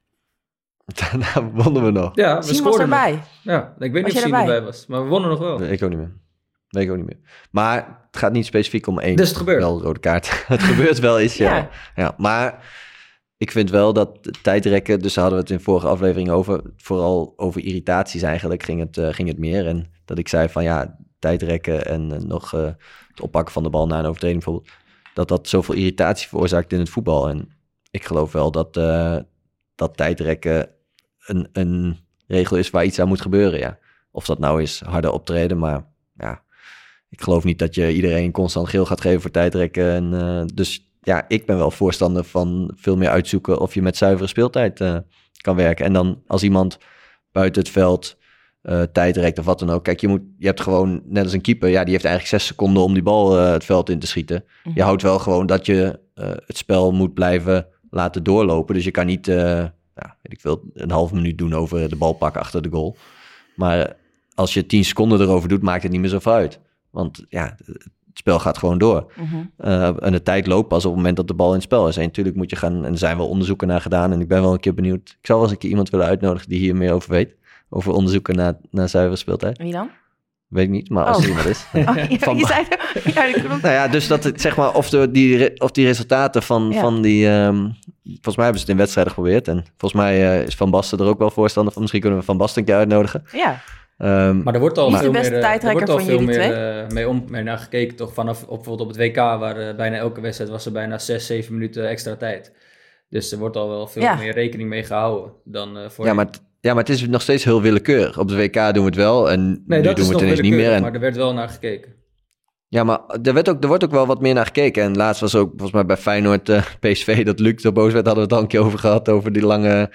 Daarna wonnen we nog. Ja, we Siem was scoorden nog. erbij. Ja, ik weet Was niet of je Siem erbij? erbij was, maar we wonnen nog wel. Weet ik ook niet meer. Weet ik ook niet meer. Maar het gaat niet specifiek om één Dus het gebeurt. wel rode kaart. Het gebeurt wel eens, ja. Ja. ja. Maar ik vind wel dat de tijdrekken, dus daar hadden we het in vorige aflevering over, vooral over irritaties eigenlijk ging het, uh, ging het meer. En dat ik zei van ja, tijdrekken en uh, nog uh, het oppakken van de bal na een overtreding bijvoorbeeld, dat dat zoveel irritatie veroorzaakt in het voetbal. En ik geloof wel dat, uh, dat tijdrekken een, een regel is waar iets aan moet gebeuren, ja. Of dat nou is harder optreden, maar ja, ik geloof niet dat je iedereen constant geel gaat geven voor tijdrekken. En, uh, dus ja, ik ben wel voorstander van veel meer uitzoeken of je met zuivere speeltijd uh, kan werken. En dan als iemand buiten het veld uh, tijdrekt of wat dan ook. Kijk, je, moet, je hebt gewoon, net als een keeper, ja, die heeft eigenlijk zes seconden om die bal uh, het veld in te schieten. Mhm. Je houdt wel gewoon dat je uh, het spel moet blijven laten doorlopen. Dus je kan niet, uh, ja, weet ik veel, een half minuut doen over de bal pakken achter de goal. Maar als je tien seconden erover doet, maakt het niet meer zoveel uit. Want ja, het spel gaat gewoon door. Mm-hmm. Uh, en de tijd loopt pas op het moment dat de bal in het spel is. En natuurlijk moet je gaan, en er zijn wel onderzoeken naar gedaan. En ik ben wel een keer benieuwd. Ik zou wel eens een keer iemand willen uitnodigen die hier meer over weet. Over onderzoeken naar, naar zuivere speeltijd. Wie dan? Weet ik niet, maar als Oh. er iemand is. Oh, ja, Van- je zei ja, dat klopt. Nou ja, dus dat het, zeg maar, of, de, die, re- of die resultaten van, Ja. van die... Um, volgens mij hebben ze het in wedstrijden geprobeerd. En volgens mij uh, is Van Basten er ook wel voorstander van. Misschien kunnen we Van Basten een keer uitnodigen. Ja, Um, Maar er wordt al Wie is de veel beste meer, eh, er tijdrekker wordt al van veel jullie meer uh, mee, om, mee naar gekeken, toch? Vanaf op, bijvoorbeeld op het W K, waar uh, bijna elke wedstrijd was er bijna zes, zeven minuten extra tijd. Dus er wordt al wel veel Ja. meer rekening mee gehouden dan uh, voor. ja, maar, het- ja, maar het is nog steeds heel willekeurig. Op de W K doen we het wel en nee, nu dat doen is we nog het ineens niet meer. En, maar er werd wel naar gekeken. ja, maar er, werd ook, er wordt ook wel wat meer naar gekeken. En laatst was ook volgens mij bij Feyenoord uh, P S V dat Luc zo boos werd. Hadden we het al een keer over gehad, over die lange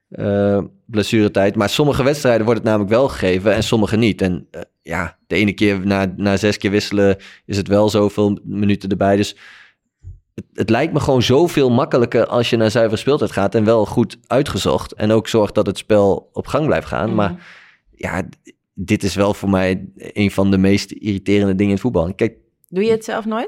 uh, blessuretijd. Maar sommige wedstrijden wordt het namelijk wel gegeven en sommige niet. En uh, ja, de ene keer na, na zes keer wisselen is het wel zoveel minuten erbij. Dus het, het lijkt me gewoon zoveel makkelijker als je naar zuivere speeltijd gaat en wel goed uitgezocht. En ook zorgt dat het spel op gang blijft gaan. Mhm. Maar ja, d- dit is wel voor mij een van de meest irriterende dingen in het voetbal. Kijk, Doe je het zelf nooit?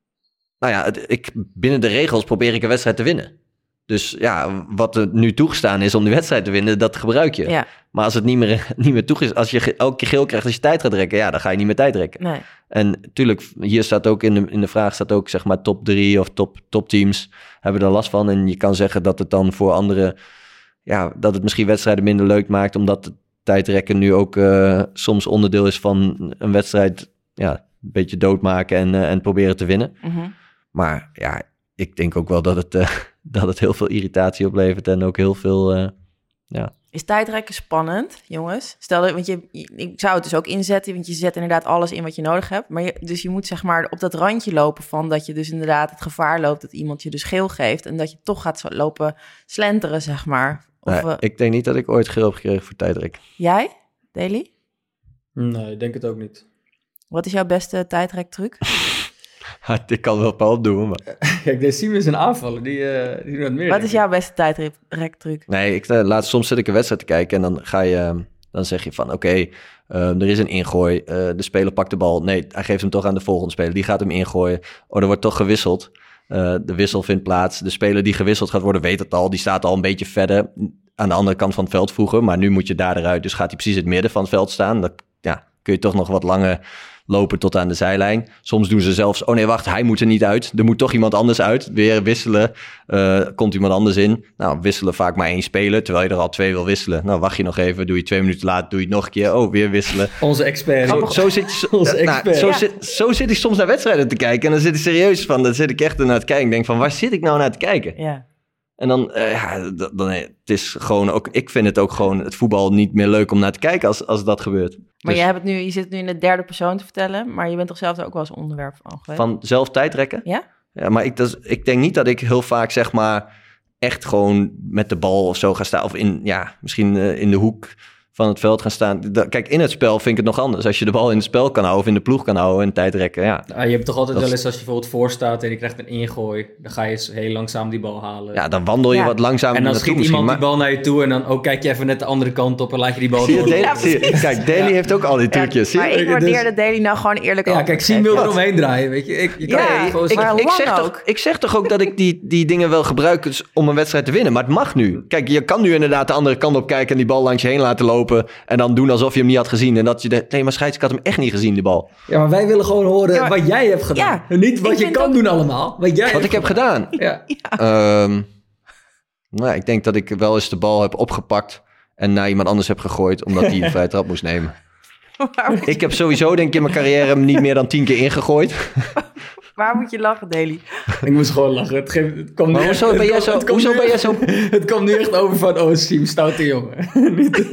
nou ja, het, ik, binnen de regels probeer ik een wedstrijd te winnen. Dus ja, wat er nu toegestaan is om die wedstrijd te winnen, dat gebruik je. Ja, Maar als het niet meer, niet meer toegestaan, als je ge- elke keer geel krijgt als je tijd gaat rekken, ja, dan ga je niet meer tijd rekken. nee. En natuurlijk, hier staat ook in de, in de vraag staat ook, zeg maar, top drie of top, top teams hebben er last van. En je kan zeggen dat het dan voor anderen, ja, dat het misschien wedstrijden minder leuk maakt, omdat het tijdrekken nu ook uh, soms onderdeel is van een wedstrijd, ja, een beetje doodmaken en, uh, en proberen te winnen. Mhm. Maar ja, ik denk ook wel dat het, uh, dat het heel veel irritatie oplevert en ook heel veel, uh, ja. Is tijdrekken spannend, jongens? Stel dat, want je, je- ik zou het dus ook inzetten, want je zet inderdaad alles in wat je nodig hebt. Maar je, dus je moet zeg maar op dat randje lopen van dat je dus inderdaad het gevaar loopt dat iemand je dus geel geeft en dat je toch gaat zo lopen slenteren, zeg maar. Of Nee, eh, ik denk niet dat ik ooit geel heb gekregen voor tijdrekken. jij, Daily? Nee, ik denk het ook niet. Wat is jouw beste tijdrektruc? Ik kan wel een paar opdoen, maar... Kijk, deze Siem is een aanvaller, die, uh, die doet wat meer. Wat denk is ik. jouw beste tijdrektruc? Nee, ik, uh, laat, soms zit ik een wedstrijd te kijken en dan ga je, uh, dan zeg je van oké, okay, uh, er is een ingooi, uh, de speler pakt de bal. Nee, hij geeft hem toch aan de volgende speler, die gaat hem ingooien. Oh, er wordt toch gewisseld. Uh, de wissel vindt plaats. De speler die gewisseld gaat worden weet het al, die staat al een beetje verder aan de andere kant van het veld vroeger, maar nu moet je daar eruit, dus gaat hij precies in het midden van het veld staan. Dat, ja, kun je toch nog wat langer lopen tot aan de zijlijn. Soms doen ze zelfs, oh nee, wacht, hij moet er niet uit. Er moet toch iemand anders uit. Weer wisselen, uh, komt iemand anders in. Nou, wisselen vaak maar één speler, terwijl je er al twee wil wisselen. Nou, wacht je nog even, doe je twee minuten later, doe je het nog een keer. Oh, weer wisselen. Onze expert. Zo, zo, zit, je, Onze nou, expert. zo, Ja. zit, zo zit ik soms naar wedstrijden te kijken. En dan zit ik serieus van, dan zit ik echt naar te kijken. Ik denk van, waar zit ik nou naar te kijken? Ja. En dan, uh, ja, d- dan, het is gewoon ook, ik vind het ook gewoon het voetbal niet meer leuk om naar te kijken als, als dat gebeurt. Maar Dus je, hebt het nu, je zit nu in de derde persoon te vertellen, maar je bent toch zelf er ook wel eens onderwerp van geweest? van zelf tijdrekken? Ja? Ja, maar ik, dat is- ik denk niet dat ik heel vaak, zeg maar, echt gewoon met de bal of zo ga staan. Of in, ja, misschien uh, in de hoek van het veld gaan staan. Da- Kijk, in het spel vind ik het nog anders. Als je de bal in het spel kan houden of in de ploeg kan houden en tijdrekken, ja. Nou, je hebt toch altijd Dat wel is- eens als je bijvoorbeeld voor staat en je krijgt een ingooi, dan ga je eens heel langzaam die bal halen. Ja, dan wandel je Ja. wat langzamer en dan naartoe schiet misschien. iemand die Maar, bal naar je toe en dan ook kijk je even net de andere kant op en laat je die bal zie je, door. Daly, Ja, zie je- kijk, Daly Ja. heeft ook al die trucjes. zie maar je? ik waardeer dat Daly nou gewoon eerlijk Ja, over kijk, geeft. Siem wil Ja. eromheen draaien, weet je. Ik, je kan Ja, echt gewoon Ik, Maar ik, lang zeg toch, ook. ik zeg toch ook dat ik die, die dingen wel gebruik dus om een wedstrijd te winnen. Maar het mag nu. Kijk, je kan nu inderdaad de andere kant op kijken en die bal langs je heen laten lopen. En dan doen alsof je hem niet had gezien. En dat je denkt, nee, maar scheids, ik had hem echt niet gezien, die bal. Ja, maar wij willen gewoon horen Ja, maar- wat jij hebt gedaan. Ja, En niet wat ik je vind kan ook- doen allemaal. Wat jij Wat hebt ik heb gedaan. Ja. Ehm, nou, ik denk dat ik wel eens de bal heb opgepakt en naar iemand anders heb gegooid, omdat hij een vrije trap moest nemen. Waar, moet je, Ik heb sowieso, denk ik, in mijn carrière hem niet meer dan tien keer ingegooid. waar moet je lachen, Daly? Ik moest gewoon lachen. Het, geeft, het kwam Maar nu hoezo echt- ben het jij kwam- zo- het kwam hoezo nu ben jij echt- zo- Het kwam nu echt over van, oh, Siem, stoute jongen. Niet-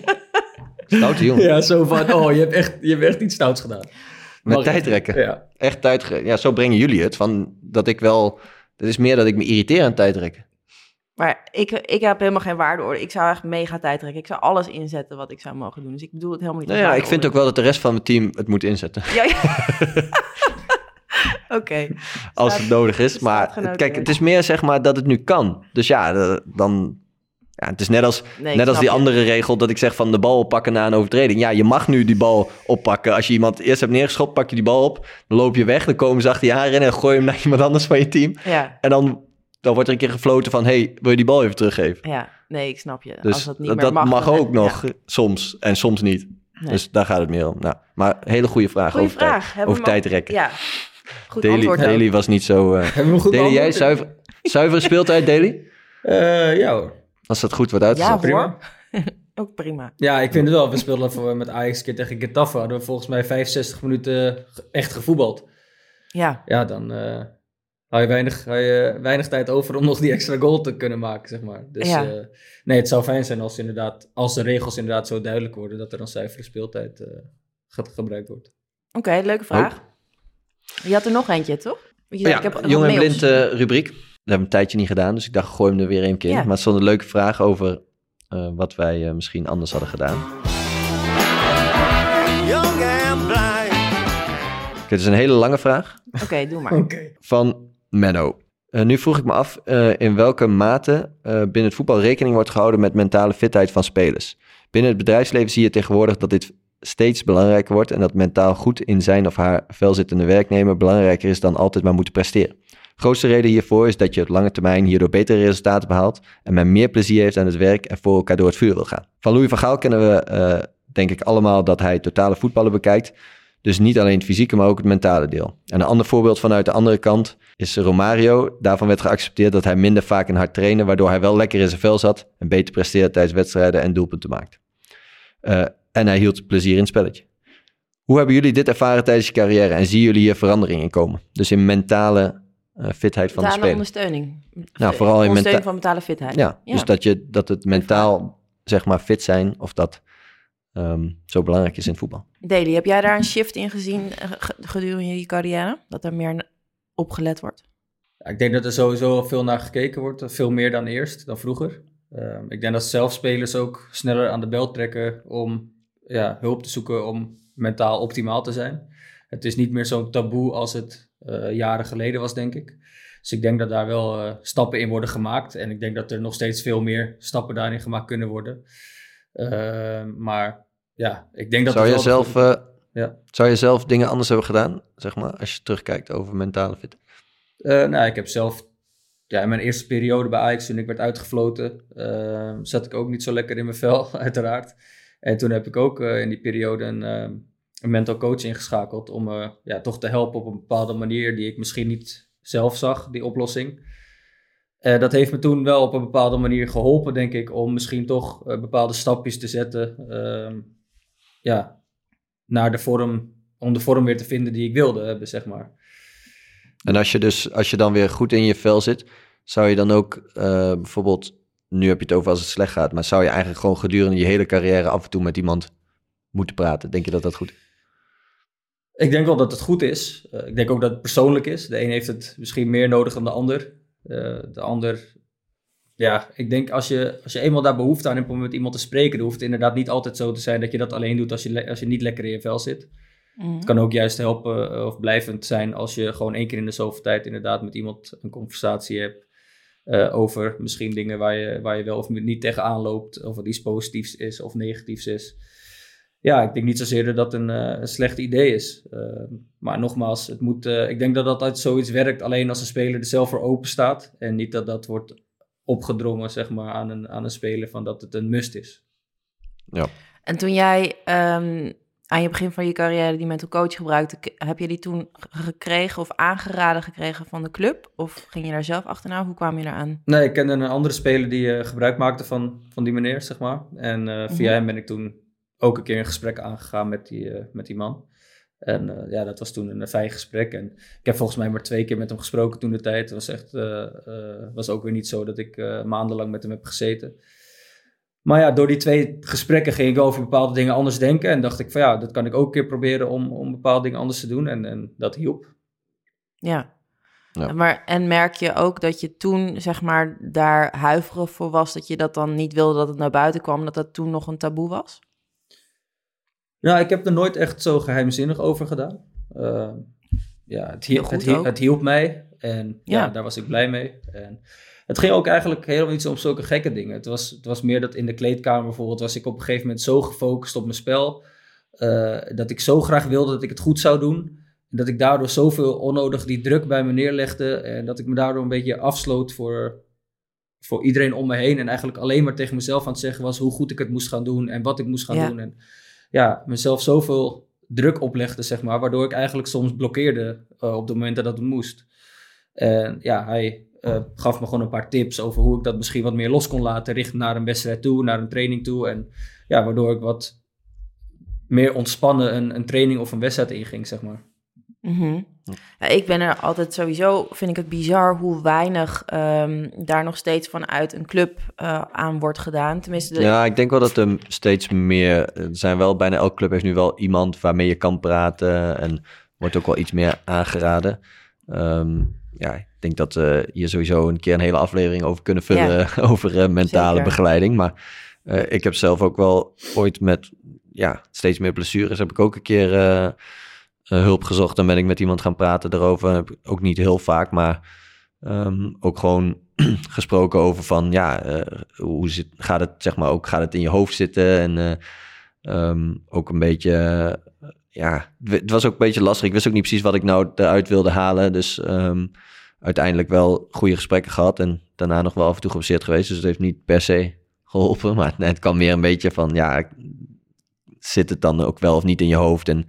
Stoute jongen. ja, zo van, oh, je hebt echt, je hebt echt iets stouts gedaan. Met Mag- tijdrekken. Ja. Echt tijdrekken. Ja, zo brengen jullie het. Van dat ik wel... Het is meer dat ik me irriteer aan tijdrekken. Maar ik, ik heb helemaal geen waardeoordeel. Ik zou echt mega tijd trekken. Ik zou alles inzetten wat ik zou mogen doen. Dus ik bedoel het helemaal niet. Nou als ja, ik vind ook wel dat de rest van mijn team het moet inzetten. waardeoordeel. Ja, ja. Oké. Als het nodig is. staat Maar genoteerd. kijk, het is meer zeg maar dat het nu kan. Dus ja, de- dan... Ja, het is net als, Nee, ik net als snap die je. andere regel dat ik zeg van de bal oppakken na een overtreding. Ja, je mag nu die bal oppakken. Als je iemand eerst hebt neergeschopt, pak je die bal op. Dan loop je weg, dan komen ze achter je aanrennen en gooi je hem naar iemand anders van je team. Ja, En dan, dan wordt er een keer gefloten van, hey, wil je die bal even teruggeven? ja. Nee, ik snap je. Dus als dat niet dat, meer dat mag, mag dan- ook nog ja. soms en soms niet. Nee. Dus daar gaat het meer om. Nou, maar hele goede vraag Goeie over, tijd- vraag. Hebben over we hem tijdrekken. Ja, goed Daly, antwoord. ook. Daly was niet zo... eh Hebben we hem goed Daly, jij beantwoord? zuiver, zuivere speeltijd, Daly? Eh, ja hoor. Als dat goed wordt Ja, uitgezet. prima. hoor. Ook prima. Ja, ik vind het wel. We speelden voor, met Ajax een keer tegen Getafe. Hadden we volgens mij vijfenzestig minuten ge- echt gevoetbald. Ja, Ja, dan eh hou je, weinig, hou je weinig tijd over om nog die extra goal te kunnen maken, zeg maar. Dus Ja. eh, nee, het zou fijn zijn als, inderdaad, als de regels inderdaad zo duidelijk worden, dat er dan zuivere speeltijd eh, ge- gebruikt wordt. oké. Leuke vraag. Je had er nog eentje, toch? Want je zei, Ja, ik heb nog jong en mails. blind eh, rubriek. Dat hebben we een tijdje niet gedaan, dus ik dacht, gooi hem er weer een keer in. Ja. Maar het stond een leuke vraag over eh, wat wij eh, misschien anders hadden gedaan. Young and blind. Oké, het is een hele lange vraag Oké, doe maar. Oké. van Menno. Eh, nu vroeg ik me af eh, in welke mate eh, binnen het voetbal rekening wordt gehouden met mentale fitheid van spelers. Binnen het bedrijfsleven zie je tegenwoordig dat dit steeds belangrijker wordt en dat mentaal goed in zijn of haar vel zittende werknemer belangrijker is dan altijd maar moeten presteren. De grootste reden hiervoor is dat je op lange termijn hierdoor betere resultaten behaalt en men meer plezier heeft aan het werk en voor elkaar door het vuur wil gaan. Van Louis van Gaal kennen we eh, denk ik allemaal dat hij totale voetballen bekijkt. Dus niet alleen het fysieke, maar ook het mentale deel. En een ander voorbeeld vanuit de andere kant is Romario. Daarvan werd geaccepteerd dat hij minder vaak en hard trainde, waardoor hij wel lekker in zijn vel zat en beter presteerde tijdens wedstrijden en doelpunten maakte. Uh, en hij hield plezier in het spelletje. Hoe hebben jullie dit ervaren tijdens je carrière en zien jullie hier verandering in komen? Dus in mentale uh, fitheid van Mentale de speler. ondersteuning. Nou, vooral in ondersteuning menta- van mentale fitheid. Ja, dus dat, je, dat het mentaal, zeg maar, fit zijn of dat um, zo belangrijk is in het voetbal. Daly, heb jij daar een shift in gezien uh, gedurende je carrière? Dat er meer op gelet wordt? Ja, ik denk dat er sowieso veel naar gekeken wordt. Veel meer dan eerst, dan vroeger. Um, ik denk dat zelf spelers ook sneller aan de bel trekken om ja, hulp te zoeken om mentaal optimaal te zijn. Het is niet meer zo'n taboe als het uh, jaren geleden was, denk ik. Dus ik denk dat daar wel uh, stappen in worden gemaakt. En ik denk dat er nog steeds veel meer stappen daarin gemaakt kunnen worden. Uh, maar ja, ik denk dat... Zou je, wel zelf, de... uh, ja. zou je zelf dingen anders hebben gedaan, zeg maar, als je terugkijkt over mentale fit? Uh, nou, ik heb zelf... Ja, in mijn eerste periode bij Ajax, toen ik werd uitgefloten, uh, zat ik ook niet zo lekker in mijn vel, uiteraard. En toen heb ik ook uh, in die periode een, uh, een mental coach ingeschakeld om uh, ja, toch te helpen op een bepaalde manier die ik misschien niet zelf zag, die oplossing. Uh, dat heeft me toen wel op een bepaalde manier geholpen, denk ik, om misschien toch uh, bepaalde stapjes te zetten uh, ja, naar de vorm, om de vorm weer te vinden die ik wilde hebben, zeg maar. En als je dus, als je dan weer goed in je vel zit, zou je dan ook uh, bijvoorbeeld, nu heb je het over als het slecht gaat, maar zou je eigenlijk gewoon gedurende je hele carrière af en toe met iemand moeten praten? Denk je dat dat goed is? Ik denk wel dat het goed is. Uh, ik denk ook dat het persoonlijk is. De een heeft het misschien meer nodig dan de ander. Uh, de ander Ja, ik denk als je, als je eenmaal daar behoefte aan hebt om met iemand te spreken, dan hoeft het inderdaad niet altijd zo te zijn dat je dat alleen doet als je, le- als je niet lekker in je vel zit. Mhm. Het kan ook juist helpen uh, of blijvend zijn als je gewoon één keer in de zoveel tijd inderdaad met iemand een conversatie hebt uh, over misschien dingen waar je, waar je wel of niet tegenaan loopt, of wat iets positiefs is of negatiefs is. Ja, ik denk niet zozeer dat dat een, uh, een slecht idee is. Uh, maar nogmaals, het moet, uh, ik denk dat dat uit zoiets werkt alleen als een speler er zelf voor open staat en niet dat dat wordt opgedrongen zeg maar, aan, een, aan een speler van dat het een must is. Ja. En toen jij um, aan je begin van je carrière die mental coach gebruikte, k- heb je die toen g- gekregen of aangeraden gekregen van de club? Of ging je daar zelf achterna? Hoe kwam je eraan? Nee, ik kende een andere speler die uh, gebruik maakte van, van die meneer, zeg maar. En uh, via Mhm. hem ben ik toen ook een keer een gesprek aangegaan met die, uh, met die man. En uh, ja, dat was toen een fijn gesprek. En ik heb volgens mij maar twee keer met hem gesproken toen de tijd. Het was echt, uh, uh, was ook weer niet zo dat ik uh, maandenlang met hem heb gezeten. Maar ja, door die twee gesprekken ging ik over bepaalde dingen anders denken. En dacht ik van ja, dat kan ik ook een keer proberen om, om bepaalde dingen anders te doen. En, en dat hielp. Ja. Ja. Maar, en merk je ook dat je toen, zeg maar, daar huiverig voor was, dat je dat dan niet wilde dat het naar buiten kwam, dat dat toen nog een taboe was? Nou, ik heb er nooit echt zo geheimzinnig over gedaan. Uh, ja, het, Heel hielp, goed het, hielp, ook. het hielp mij. En ja. Ja. daar was ik blij mee. En het ging ook eigenlijk helemaal niet zo om zulke gekke dingen. Het was, het was meer dat in de kleedkamer bijvoorbeeld was ik op een gegeven moment zo gefocust op mijn spel. Uh, dat ik zo graag wilde dat ik het goed zou doen. En dat ik daardoor zoveel onnodig die druk bij me neerlegde. En dat ik me daardoor een beetje afsloot voor, voor iedereen om me heen. En eigenlijk alleen maar tegen mezelf aan het zeggen was hoe goed ik het moest gaan doen. En wat ik moest gaan Ja. doen. En ja, mezelf zoveel druk oplegde, zeg maar. Waardoor ik eigenlijk soms blokkeerde uh, op de momenten dat het moest. En ja, hij uh, gaf me gewoon een paar tips over hoe ik dat misschien wat meer los kon laten. Richten naar een wedstrijd toe, naar een training toe. En ja, waardoor ik wat meer ontspannen een, een training of een wedstrijd inging, zeg maar. Mhm. Ja, ik ben er altijd sowieso, vind ik het bizar hoe weinig um, daar nog steeds vanuit een club uh, aan wordt gedaan. Tenminste, de... Ja, ik denk wel dat er steeds meer... Er zijn wel, bijna elke club heeft nu wel iemand waarmee je kan praten. En wordt ook wel iets meer aangeraden. Um, ja, ik denk dat we uh, hier sowieso een keer een hele aflevering over kunnen vullen. Ja. over uh, mentale Zeker. begeleiding. Maar uh, ik heb zelf ook wel ooit met ja, steeds meer blessures... heb ik ook een keer... Uh, Uh, hulp gezocht. Dan ben ik met iemand gaan praten erover. Ook niet heel vaak, maar um, ook gewoon gesproken over van ja, uh, hoe zit, gaat het zeg maar ook gaat het in je hoofd zitten en uh, um, ook een beetje uh, ja, het was ook een beetje lastig. Ik wist ook niet precies wat ik nou eruit wilde halen, dus um, uiteindelijk wel goede gesprekken gehad en daarna nog wel af en toe geblesseerd geweest, dus het heeft niet per se geholpen, maar het, het kan meer een beetje van ja, zit het dan ook wel of niet in je hoofd en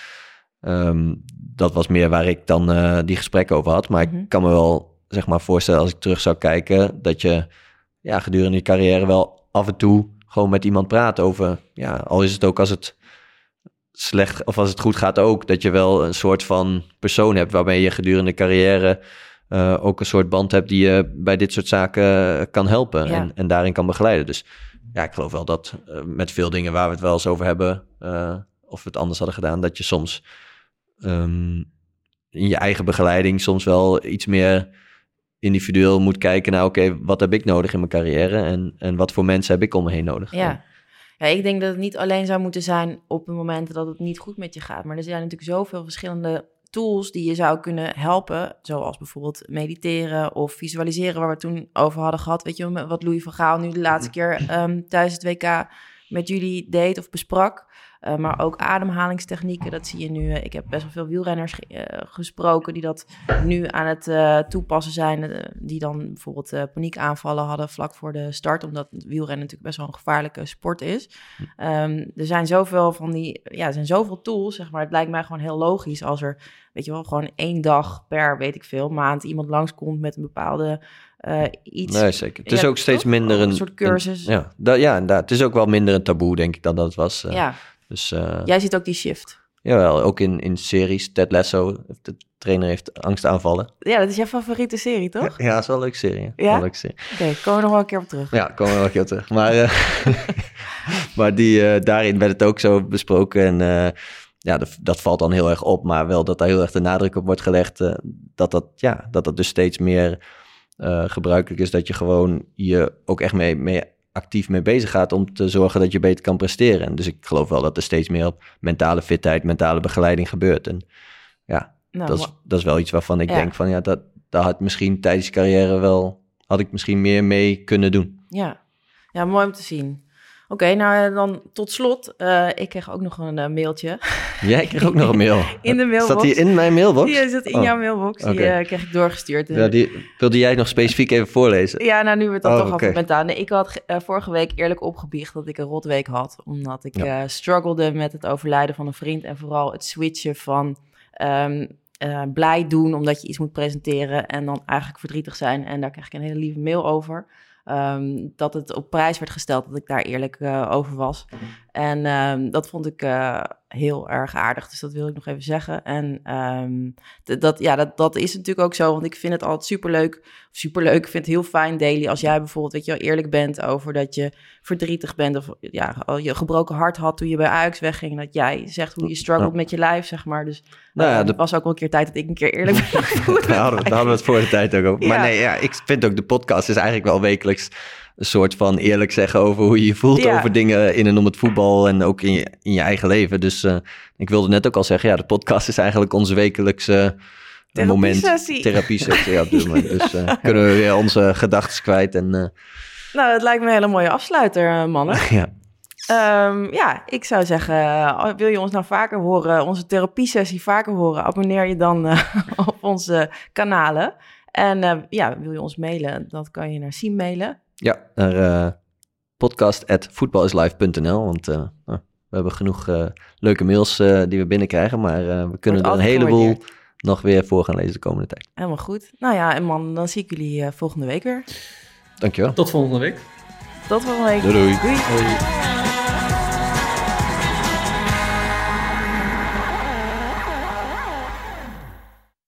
Um, dat was meer waar ik dan uh, die gesprekken over had. Maar mm-hmm. ik kan me wel zeg maar voorstellen als ik terug zou kijken... dat je ja, gedurende je carrière wel af en toe gewoon met iemand praat over... ja, al is het ook als het slecht of als het goed gaat ook... dat je wel een soort van persoon hebt waarmee je gedurende de carrière... Uh, ook een soort band hebt die je bij dit soort zaken kan helpen... Ja. En, en daarin kan begeleiden. Dus ja, ik geloof wel dat uh, met veel dingen waar we het wel eens over hebben... Uh, of we het anders hadden gedaan, dat je soms... Um, in je eigen begeleiding soms wel iets meer individueel moet kijken naar... oké, okay, wat heb ik nodig in mijn carrière en, en wat voor mensen heb ik om me heen nodig? Ja. ja, ik denk dat het niet alleen zou moeten zijn op het moment dat het niet goed met je gaat. Maar er zijn natuurlijk zoveel verschillende tools die je zou kunnen helpen. Zoals bijvoorbeeld mediteren of visualiseren, waar we het toen over hadden gehad. Weet je, wat Louis van Gaal nu de laatste keer um, tijdens het W K met jullie deed of besprak... Uh, maar ook ademhalingstechnieken, dat zie je nu. Uh, ik heb best wel veel wielrenners ge- uh, gesproken die dat nu aan het uh, toepassen zijn. Uh, die dan bijvoorbeeld uh, paniekaanvallen hadden vlak voor de start. Omdat wielrennen natuurlijk best wel een gevaarlijke sport is. Um, er zijn zoveel van die, ja, er zijn zoveel tools, zeg maar. Het lijkt mij gewoon heel logisch als er, weet je wel, gewoon één dag per, weet ik veel, maand iemand langskomt met een bepaalde... Uh, iets. Nee, zeker. Het is ja, ook steeds toch? minder een... Een soort cursus. Een, ja, da, ja, inderdaad. Het is ook wel minder een taboe, denk ik, dan dat het was. Uh, ja. Dus, uh, Jij ziet ook die shift. Jawel, ook in, in series. Ted Lasso, de trainer heeft angstaanvallen. Ja, dat is jouw favoriete serie, toch? Ja, dat is wel een leuke serie. Ja? Oké, okay, komen we nog wel een keer op terug. Ja, komen we wel een keer op terug. Maar, uh, maar die, uh, daarin werd het ook zo besproken. En uh, ja, dat, dat valt dan heel erg op. Maar wel dat daar heel erg de nadruk op wordt gelegd. Uh, dat, dat, ja, dat dat dus steeds meer uh, gebruikelijk is dat je gewoon je ook echt mee, mee actief mee bezig gaat om te zorgen dat je beter kan presteren. En dus ik geloof wel dat er steeds meer op mentale fitheid, mentale begeleiding gebeurt. En ja, Nou, dat, is, dat is wel iets waarvan ik ja. denk van ja, dat, dat had misschien tijdens je carrière wel, had ik misschien meer mee kunnen doen. Ja, ja, mooi om te zien. Oké, okay, nou dan tot slot. Uh, ik kreeg ook nog een uh, mailtje. Jij kreeg ook nog een mail. In de mailbox. Zat die in mijn mailbox? Ja, zat in oh. jouw mailbox. Die okay. uh, kreeg ik doorgestuurd. Ja, die, wilde jij nog specifiek even voorlezen? Ja, nou nu we het dan oh, toch okay. af met aan. Ik had uh, vorige week eerlijk opgebiecht dat ik een rotweek had. Omdat ik ja. uh, struggelde met het overlijden van een vriend. En vooral het switchen van um, uh, blij doen omdat je iets moet presenteren. En dan eigenlijk verdrietig zijn. En daar kreeg ik een hele lieve mail over. Um, dat het op prijs werd gesteld dat ik daar eerlijk uh, over was. En um, dat vond ik uh, heel erg aardig, dus dat wil ik nog even zeggen. En um, d- dat, ja, dat, dat is natuurlijk ook zo, want ik vind het altijd superleuk. Superleuk, ik vind het heel fijn, Daily, als jij bijvoorbeeld weet je, eerlijk bent over dat je verdrietig bent of ja, je gebroken hart had toen je bij Ajax wegging. Dat jij zegt hoe je struggelt ja. met je lijf, zeg maar. Dus nou ja, uh, de... het was ook wel een keer tijd dat ik een keer eerlijk ben. Daar hadden, we, hadden we het voor de tijd ook over. Ja. Maar nee, ja, ik vind ook de podcast is eigenlijk wel wekelijks een soort van eerlijk zeggen over hoe je je voelt ja. over dingen in en om het voetbal en ook in je, in je eigen leven. Dus uh, ik wilde net ook al zeggen, ja, de podcast is eigenlijk onze wekelijkse uh, moment. Therapie-sessie. Ja, op dit moment. Dus uh, kunnen we weer onze gedachten kwijt. En, uh... Nou, dat lijkt me een hele mooie afsluiter, mannen. ja. Um, ja, ik zou zeggen, uh, wil je ons nou vaker horen, onze therapiesessie vaker horen, abonneer je dan uh, op onze kanalen. En uh, ja, wil je ons mailen, dat kan je naar Siem mailen. Ja, naar uh, podcast at voetbalislive punt n l, want uh, uh, we hebben genoeg uh, leuke mails uh, die we binnenkrijgen, maar uh, we kunnen er een heleboel nog weer voor gaan lezen de komende tijd. Helemaal goed. Nou ja, en man, dan zie ik jullie uh, volgende week weer. Dankjewel. Tot volgende week. Tot volgende week. Doei doei. Doei. Doei.